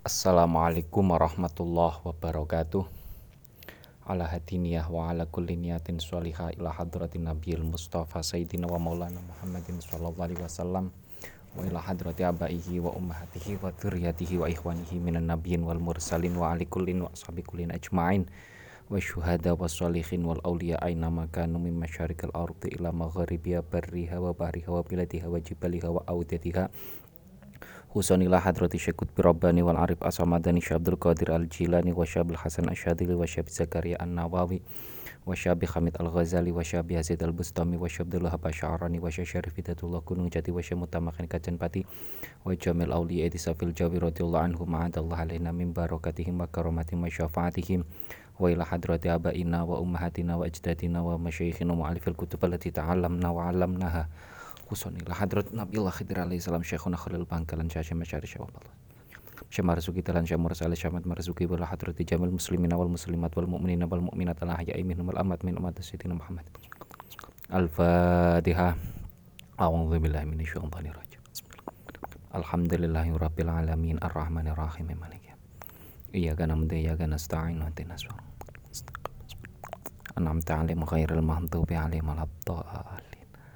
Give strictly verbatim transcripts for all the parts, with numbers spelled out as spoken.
Assalamualaikum warahmatullahi wabarakatuh. Ala hadiniyah wa ala kulli niyatin sholihah ila hadratin nabiyil mustafa sayyidina wa maulana Muhammadin sallallahu alaihi wasallam wa ila hadrati abaihi wa ummahatihi wa dzurriyyatihi wa ikhwanihi minan nabiyyin wal mursalin wa ali kullin wa ashabi kullin ajma'in wa syuhada wa sholihin wal awliya aina makanu min masyarikal ardi ila magharibiha barriha wa bahriha wa biladiha wa jibaliha wa audatiha Husanilah hadrati Syekh Qutbi Rabbani wal Arif As-Samadani Syekh Abdul Qadir Al-Jilani wa Syekh Hasan Asyadili wa Syekh Zakaria An-Nawawi wa Syekh Hamid Al-Ghazali wa Syekh Yazid Al-Bustami wa Syekh Abdullah Basyarani wa Syekh Syarif Hidatullah Gunung Jati wa Syekh Mutamakin Kajanpati wa Jamil Auliya di Safil Jawi radhiyallahu anhu ma'adallah alaina min barakatihim wa karomatihim wa syafaatihim wa ila hadrati abaina wa ummahatina wa ajdadina wa masyayikhina wa mu'alifil kutub allati ta'allamna wa 'allamnaha Kusonilah hadrat Nabiullah Khidir alaihi salam Syekhuna Khalil Bangkalan Syekh Masyari Syekh Abdullah Syekh Marzuki Talan Syekh Mursal Syekh Ahmad Marzuki wal hadrati jamil muslimina wal muslimat wal mu'minina wal mu'minat al ahya'i minhum wal amat min umat sayyidina Muhammad. Al-Fatihah. A'udzu billahi minasyaitonir rajim. Alhamdulillahirabbil alamin arrahmanir rahim maliki. Iyyaka na'budu wa iyyaka nasta'in ihdinas siratal mustaqim. An'amta 'alaihim ghairil maghdubi 'alaihim waladdallin.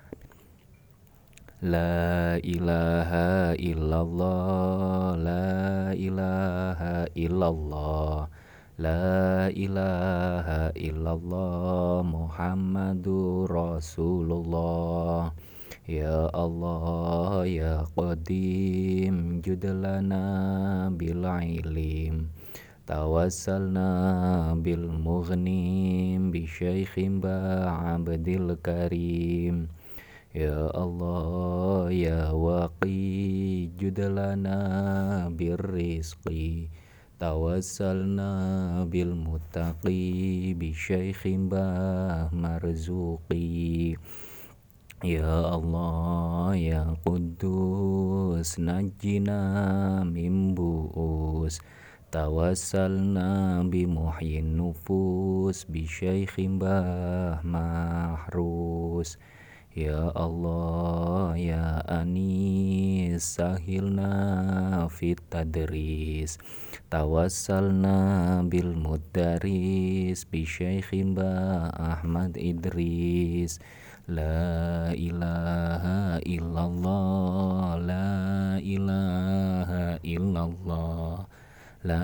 La ilaha illallah, la ilaha illallah, la ilaha illallah, Muhammadur Rasulullah. Ya Allah, ya Qadim, judlana bil ilim, tawassalna bil mughnim, bi syaikhim ba'abdil karim. Ya Allah, ya Waqi, judlana birrizqi, tawassalna bil muttaqi, bi syaikhim bah marzuqi. Ya Allah, ya Quddus, najjina min bu'us, tawassalna bi muhyin nufus, bi syaikhim bah mahrus. Ya Allah, ya Anis, sahilna fit tadris, tawassalna bil mudaris, bi syaikhin ba Ahmad Idris. La ilaha illallah, la ilaha illallah, la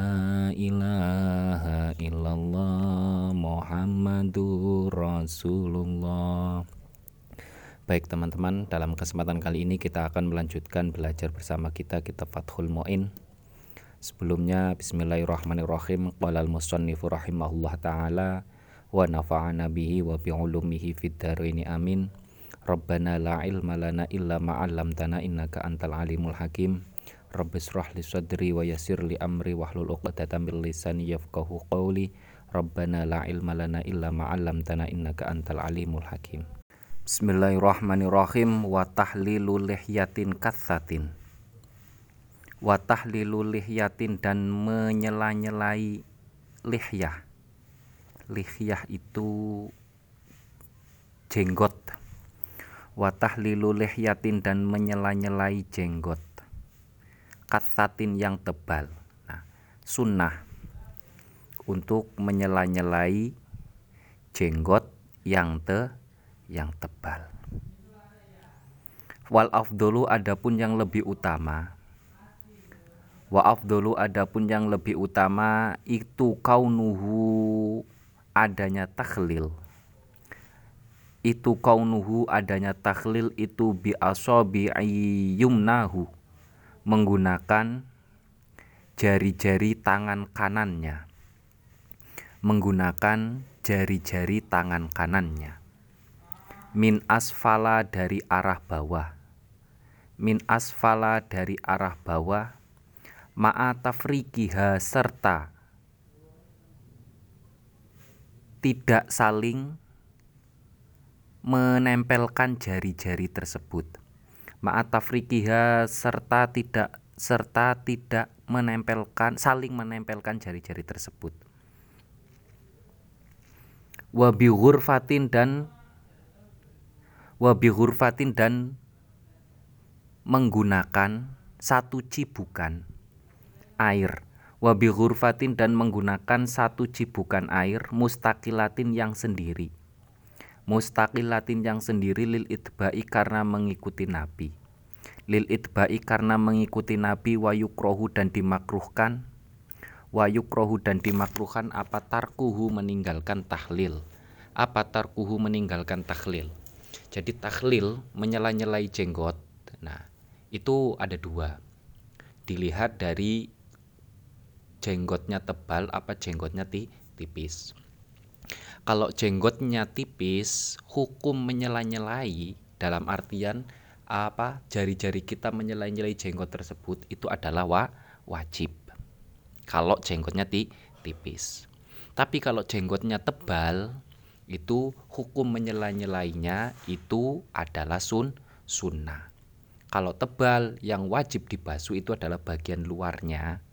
ilaha illallah, Muhammadur Rasulullah. Baik teman-teman, dalam kesempatan kali ini kita akan melanjutkan belajar bersama kita kitab Fathul Mu'in. Sebelumnya bismillahirrahmanirrahim. Qala al-musannifu rahimahullah ta'ala wa nafa'ana bihi wa bi'ulumihi fid dharaini amin. Rabbana la ilma lana illa ma 'allamtana innaka antal alimul hakim. Rabbishrah li sadri wa yassir li amri wahlul 'uqdatam min lisani yafqahu qawli. Rabbana la ilma lana illa ma 'allamtana innaka antal alimul hakim. Bismillahirrahmanirrahim. Wa tahlilu lihyatin katsatin. Wa tahlilu lihyatin, dan menyela-nyelai lihyah. Lihyah itu jenggot. Wa tahlilu lihyatin, dan menyela-nyelai jenggot. Katsatin, yang tebal. Nah, sunnah untuk menyela-nyelai jenggot yang te yang tebal. Wal afdolu, adapun yang lebih utama. Wa afdolu, adapun yang lebih utama itu kaunuhu, adanya takhlil. Itu kaunuhu, adanya takhlil itu bi asabi'i yumnahu, menggunakan jari-jari tangan kanannya. Menggunakan jari-jari tangan kanannya. Min asfala, dari arah bawah. Min asfala, dari arah bawah. Ma'a tafriqiha, serta tidak saling menempelkan jari-jari tersebut. Ma'a tafriqiha, serta tidak serta tidak menempelkan saling menempelkan jari-jari tersebut. Wa bi ghurfatin, dan wa bi ghurfatin, dan menggunakan satu cibukan air Wa bi ghurfatin dan menggunakan satu cibukan air mustaqilatin yang sendiri. Mustaqilatin yang sendiri lil itba'i karena mengikuti Nabi. Lil itba'i karena mengikuti Nabi wa yukrohu dan dimakruhkan. Wa yukrohu dan dimakruhkan apa tarkuhu meninggalkan tahlil. Apa tarkuhu meninggalkan tahlil. Jadi tahlil menyela-nyelai jenggot. Nah, itu ada dua. Dilihat dari jenggotnya tebal apa jenggotnya tipis. Kalau jenggotnya tipis, hukum menyela-nyelai dalam artian apa jari-jari kita menyela-nyelai jenggot tersebut itu adalah wa, wajib. Kalau jenggotnya ti, tipis. Tapi kalau jenggotnya tebal, itu hukum menyela-nyelainya itu adalah sun, sunnah. Kalau tebal, yang wajib dibasuh itu adalah bagian luarnya.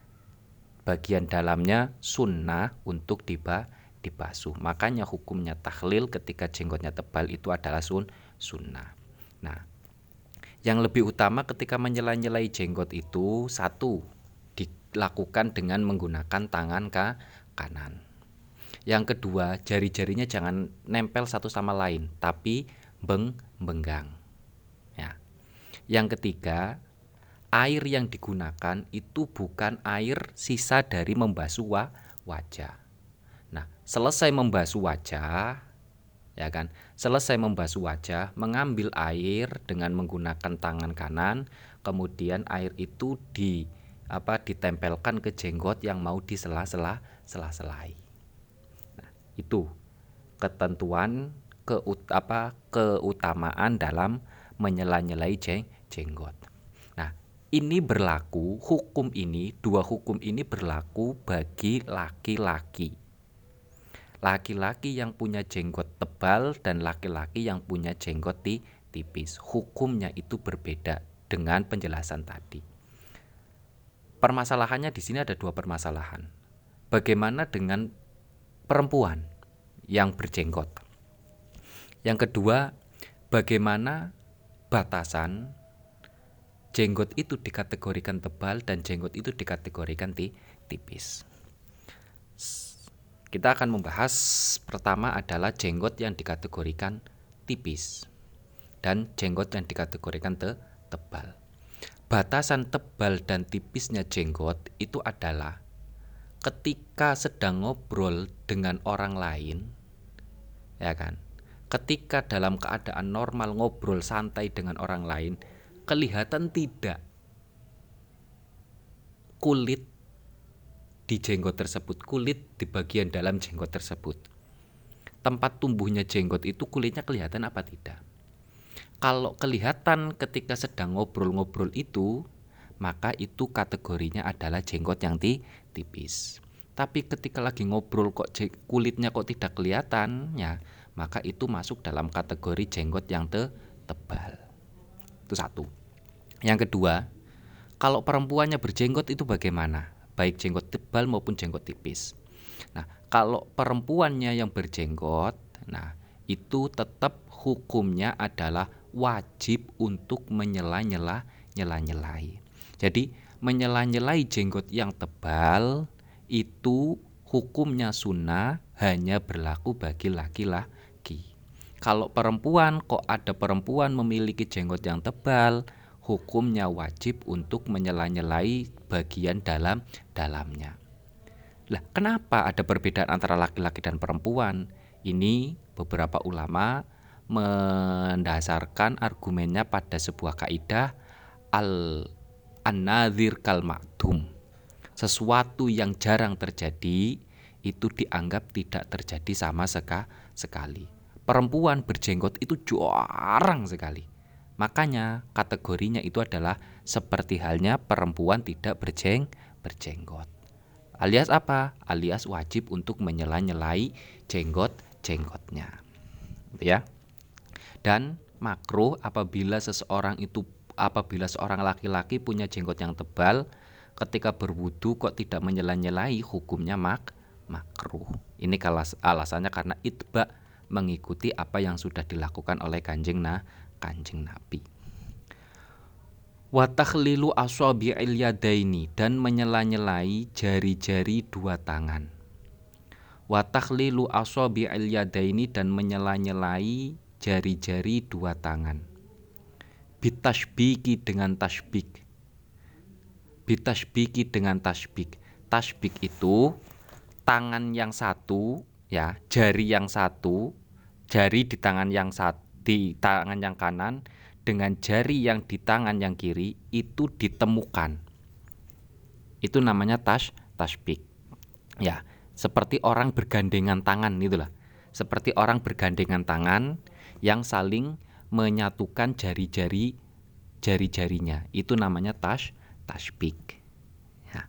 Bagian dalamnya sunnah untuk diba, dibasuh. Makanya hukumnya tahlil ketika jenggotnya tebal itu adalah sun, sunnah. Nah, yang lebih utama ketika menyela-nyelai jenggot itu satu, dilakukan dengan menggunakan tangan ke kanan. Yang kedua, jari-jarinya jangan nempel satu sama lain, tapi beng benggang. Ya. Yang ketiga, air yang digunakan itu bukan air sisa dari membasuh wa, wajah. Nah, selesai membasuh wajah, ya kan? Selesai membasuh wajah, mengambil air dengan menggunakan tangan kanan, kemudian air itu di apa ditempelkan ke jenggot yang mau disela-sela sela-selai. Nah, itu ketentuan keut apa keutamaan dalam menyela-nyelai jeng, jenggot. Nah, ini berlaku hukum ini, dua hukum ini berlaku bagi laki-laki. Laki-laki yang punya jenggot tebal dan laki-laki yang punya jenggot tipis. Hukumnya itu berbeda dengan penjelasan tadi. Permasalahannya di sini ada dua permasalahan. Bagaimana dengan perempuan yang berjenggot? Yang kedua, bagaimana batasan jenggot itu dikategorikan tebal dan jenggot itu dikategorikan tipis? Kita akan membahas pertama adalah jenggot yang dikategorikan tipis dan jenggot yang dikategorikan te tebal. Batasan tebal dan tipisnya jenggot itu adalah ketika sedang ngobrol dengan orang lain, ya kan? Ketika dalam keadaan normal ngobrol santai dengan orang lain, kelihatan tidak kulit di jenggot tersebut, kulit di bagian dalam jenggot tersebut. Tempat tumbuhnya jenggot itu kulitnya kelihatan apa tidak? Kalau kelihatan ketika sedang ngobrol-ngobrol itu, maka itu kategorinya adalah jenggot yang tipis. Tapi ketika lagi ngobrol kok kulitnya kok tidak kelihatan, ya, maka itu masuk dalam kategori jenggot yang te tebal. Itu satu. Yang kedua, kalau perempuannya berjenggot itu bagaimana? Baik jenggot tebal maupun jenggot tipis. Nah, kalau perempuannya yang berjenggot, nah itu tetap hukumnya adalah wajib untuk menyela-nyela, nyela-nyelai. Jadi menyela-nyelai jenggot yang tebal itu hukumnya sunnah, hanya berlaku bagi laki-laki. Kalau perempuan, kok ada perempuan memiliki jenggot yang tebal, hukumnya wajib untuk menyela-nyelai bagian dalam-dalamnya. Lah, kenapa ada perbedaan antara laki-laki dan perempuan? Ini beberapa ulama mendasarkan argumennya pada sebuah kaidah al-an-nadhir kal ma'dum. Sesuatu yang jarang terjadi itu dianggap tidak terjadi sama seka, sekali. Perempuan berjenggot itu jarang sekali. Makanya kategorinya itu adalah seperti halnya perempuan tidak berjeng, berjenggot. Alias apa? Alias wajib untuk menyela-nyelai jenggot-jenggotnya. Ya. Dan makruh apabila seseorang itu apabila seorang laki-laki punya jenggot yang tebal, ketika berwudu kok tidak menyela-nyelai, hukumnya mak makruh. Ini alasannya karena itba, mengikuti apa yang sudah dilakukan oleh kanjeng nah kanjeng Nabi. Wa takhlilu asabi'il yadaini, dan menyela-nyelai jari-jari dua tangan. Wa takhlilu asabi'il yadaini, dan menyela-nyelai jari-jari dua tangan. Bitashbiki, dengan tasbik. Bitashbiki, dengan tasbik. Tasbik itu tangan yang satu, ya, jari yang satu, jari di tangan yang satu, di tangan yang kanan dengan jari yang di tangan yang kiri itu ditemukan. Itu namanya tas tasbik. Ya, seperti orang bergandengan tangan itulah. Seperti orang bergandengan tangan yang saling menyatukan jari-jari jari-jarinya. Itu namanya tas tasbik. Ya.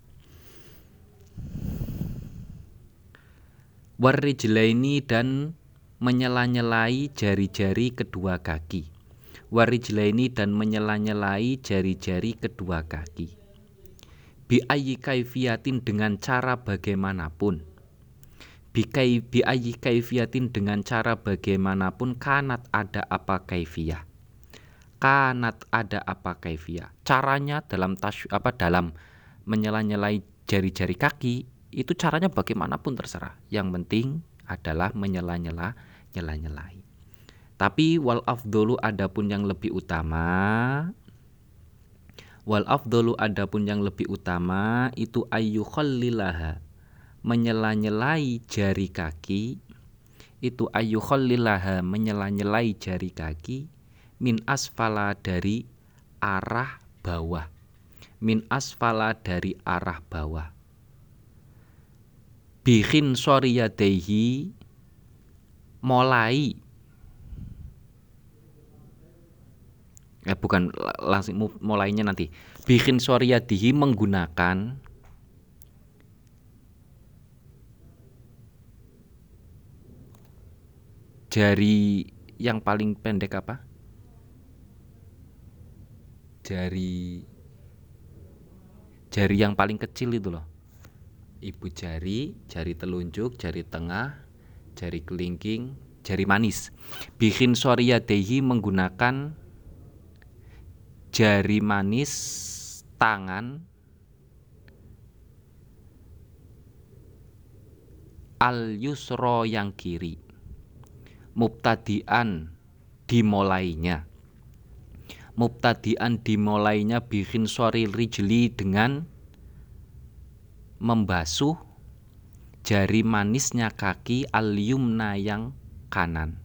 Warijlaini, dan menyela-nyelai jari-jari kedua kaki. Warijlaini, dan menyela-nyelai jari-jari kedua kaki. Bi ayyi kaifiyatin, dengan cara bagaimanapun. Bi kai bi ayyi kaifiyatin, dengan cara bagaimanapun. Kanat, ada apa kaifiyah. Kanat, ada apa kaifiyah. Caranya dalam tas apa dalam menyela-nyelai jari-jari kaki itu caranya bagaimanapun terserah. Yang penting adalah menyela-nyela nyela-nyelai. Tapi wal afdolu, adapun yang lebih utama, wal afdolu, adapun yang lebih utama itu ayyukhallilaha, menyela-nyelai jari kaki, itu ayyukhallilaha, menyela-nyelai jari kaki, min asfala, dari arah bawah. Min asfala, dari arah bawah. Bikhin soriyadaihi, mulai eh bukan langsung mulainya nanti. Bikhin soriyadihi, menggunakan jari yang paling pendek apa? Jari jari yang paling kecil itu loh. Ibu jari, jari telunjuk, jari tengah, jari kelingking, jari manis. Bikhin soriyadaihi, menggunakan jari manis tangan al yusro, yang kiri. Mubtadian, dimulainya. Mubtadian, dimulainya. Bikhin soril rijli, dengan membasuh jari manisnya kaki al yumna, yang kanan.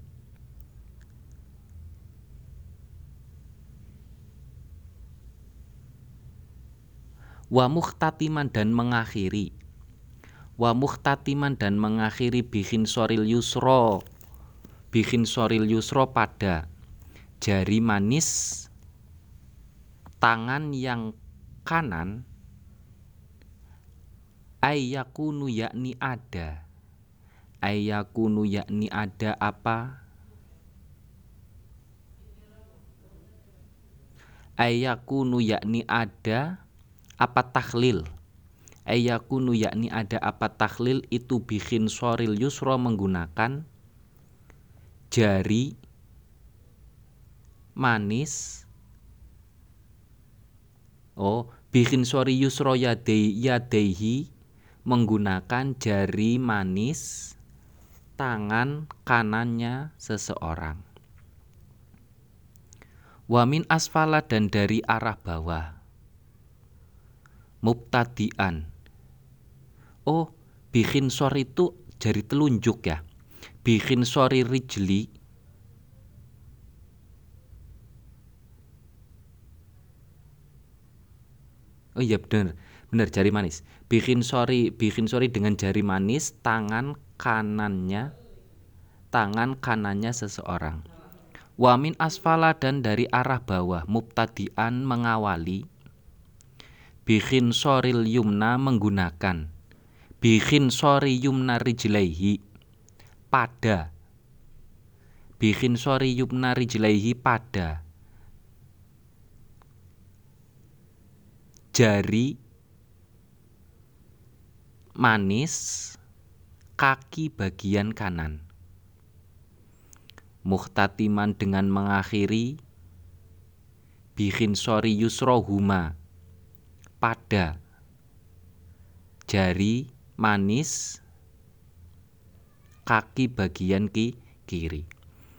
Wa mukhtatiman, dan mengakhiri. Wa mukhtatiman, dan mengakhiri. Bikhin soril yusro, bikhin soril yusro, pada jari manis tangan yang kanan. Ayyakunu, yakni ada. Ayyakunu, yakni ada apa? Ayyakunu, yakni ada apa takhlil. Ayyakunu, yakni ada apa takhlil, itu bikhin soril yusro, menggunakan jari manis. Oh, bikhin sori yusro yadei yadeihi, menggunakan jari manis tangan kanannya seseorang. Wamin asfala, dan dari arah bawah. Mubtadian. Oh, bikhin sori itu jari telunjuk ya. Bikhin sori rijli, oh iya benar, benar jari manis. Bikhin sori, bikhin sori dengan jari manis tangan kanannya, tangan kanannya seseorang. Wamin asfala, dan dari arah bawah. Mubtadian, mengawali. Bikhin soril yumna, menggunakan. Bikhin sori yumna rijlaihi, pada. Bikhin sori yumna rijlaihi, pada jari manis kaki bagian kanan. Mukhtatiman, dengan mengakhiri. bikhinsori yusrohuma, pada jari manis kaki bagian ki, kiri.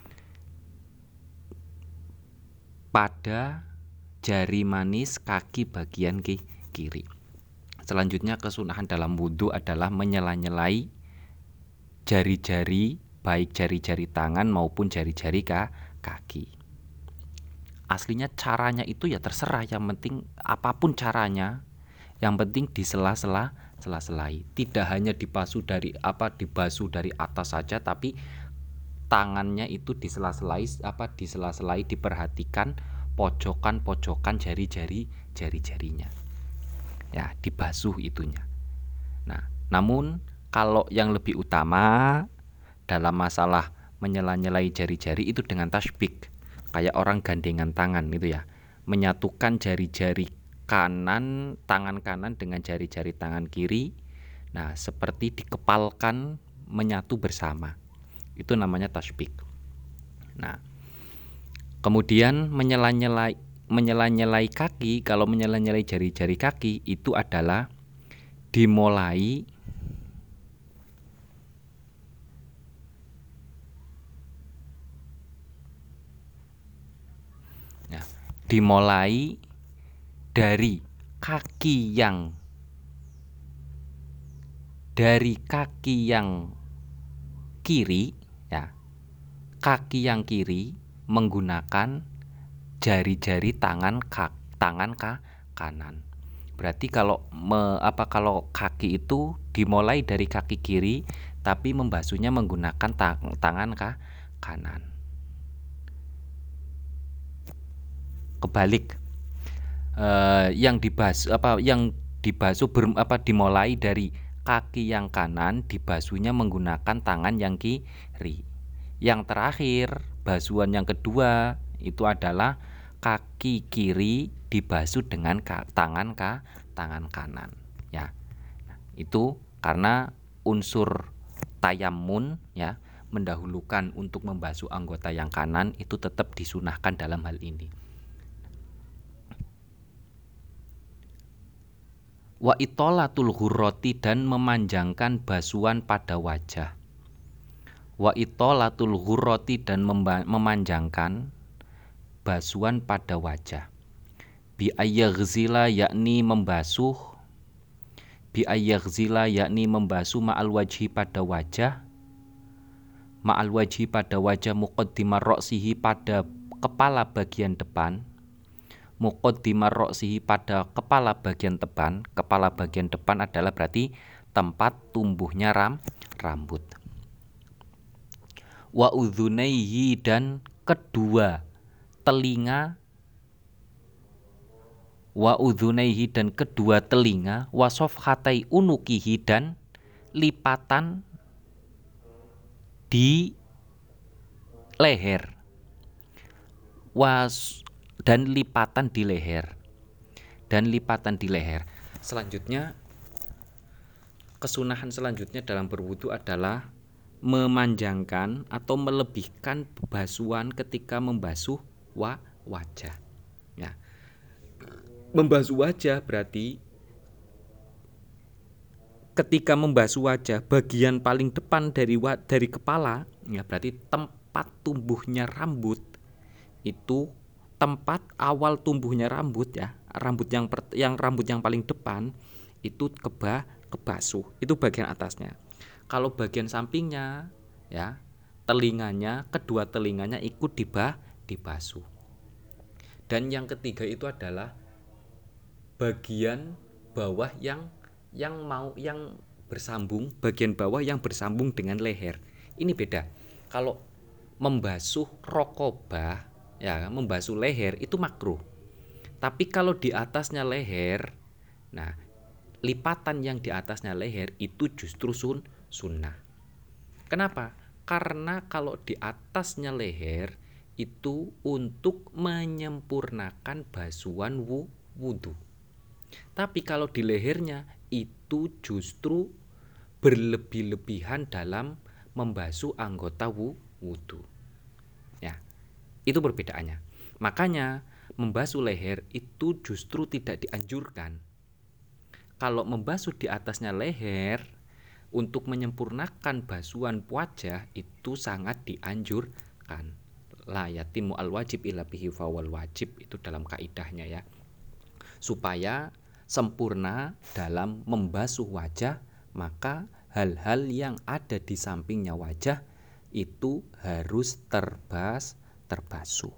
Pada jari manis kaki bagian ki, kiri. Selanjutnya kesunahan dalam wudhu adalah menyela-nyelai jari-jari, baik jari-jari tangan maupun jari-jari ka, kaki. Aslinya caranya itu ya terserah, yang penting apapun caranya, yang penting di sela-sela sela-selai. Tidak hanya dibasuh dari apa dibasuh dari atas saja, tapi tangannya itu di sela-selai apa di sela-selai diperhatikan pojokan-pojokan jari-jari jari-jarinya. Ya, dibasuh itunya. Nah, namun kalau yang lebih utama dalam masalah menyela-nyelai jari-jari itu dengan tasbik, kayak orang gandengan tangan gitu ya, menyatukan jari-jari kanan, tangan kanan dengan jari-jari tangan kiri. Nah, seperti dikepalkan menyatu bersama. Itu namanya tasbik. Nah, kemudian menyela-nyelai menyela-nyelai kaki, kalau menyela-nyelai jari-jari kaki itu adalah dimulai ya, dimulai dari kaki yang dari kaki yang kiri ya. Kaki yang kiri menggunakan jari-jari tangan kak, tangan ka, kanan. Berarti kalau me, apa kalau kaki itu dimulai dari kaki kiri tapi membasuhnya menggunakan tang, tangan ka, kanan. Kebalik, eh, yang dibasuh apa yang dibasuh ber, apa dimulai dari kaki yang kanan, dibasuhnya menggunakan tangan yang kiri. Yang terakhir, basuhan yang kedua itu adalah kaki kiri dibasuh dengan ka, tangan ka, tangan kanan ya. Itu karena unsur tayammun ya, mendahulukan untuk membasuh anggota yang kanan, itu tetap disunahkan dalam hal ini. Wa itolatul ghurrati, dan memanjangkan basuhan pada wajah. Wa itolatul ghurrati, dan memanjangkan basuhan pada wajah. Bi ayyaghzila, yakni membasuh. Bi ayyaghzila, yakni membasuh ma'al wajhi, pada wajah. Ma'al wajhi, pada wajah. Muqaddimar ro'sihi, pada kepala bagian depan. Muqaddimar ro'sihi, pada kepala bagian depan. Kepala bagian depan adalah berarti tempat tumbuhnya ram, rambut. Wa udhunaihi, dan kedua telinga. Wa udhunaihi, dan kedua telinga. Wa sofhatai unukihi, dan lipatan di leher. Was, dan lipatan di leher. Dan lipatan di leher. Selanjutnya, kesunahan selanjutnya dalam berwudu adalah memanjangkan atau melebihkan basuhan ketika membasuh wa, wajah ya. Membasuh wajah berarti ketika membasuh wajah, bagian paling depan dari dari kepala ya, berarti tempat tumbuhnya rambut, itu tempat awal tumbuhnya rambut ya, rambut yang per, yang rambut yang paling depan itu keba kebasuh, itu bagian atasnya. Kalau bagian sampingnya ya, telinganya, kedua telinganya ikut dibah dibasuh. Dan yang ketiga itu adalah bagian bawah yang yang mau yang bersambung, bagian bawah yang bersambung dengan leher. Ini beda. Kalau membasuh rokobah ya, membasuh leher itu makruh. Tapi kalau di atasnya leher, nah lipatan yang di atasnya leher itu justru sun, sunnah. Kenapa? Karena kalau di atasnya leher itu untuk menyempurnakan basuhan wudu. Tapi kalau di lehernya itu justru berlebih-lebihan dalam membasuh anggota wudu. Ya, itu perbedaannya. Makanya membasuh leher itu justru tidak dianjurkan. Kalau membasuh di atasnya leher untuk menyempurnakan basuhan wajah itu sangat dianjurkan. La yatimu al wajib illa bihi fawal wajib, itu dalam kaidahnya ya. Supaya sempurna dalam membasuh wajah, maka hal-hal yang ada di sampingnya wajah itu harus terbas terbasuh.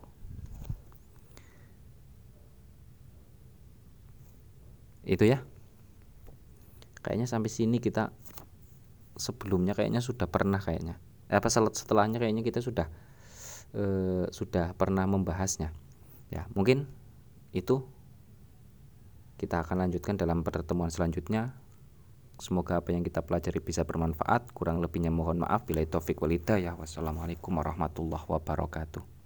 Itu ya. Kayaknya sampai sini kita sebelumnya kayaknya sudah pernah kayaknya. Eh, apa setelahnya kayaknya kita sudah eh, sudah pernah membahasnya. Ya, mungkin itu kita akan lanjutkan dalam pertemuan selanjutnya. Semoga apa yang kita pelajari bisa bermanfaat. Kurang lebihnya mohon maaf. Billahi taufik wal hidayah. Wassalamualaikum warahmatullahi wabarakatuh.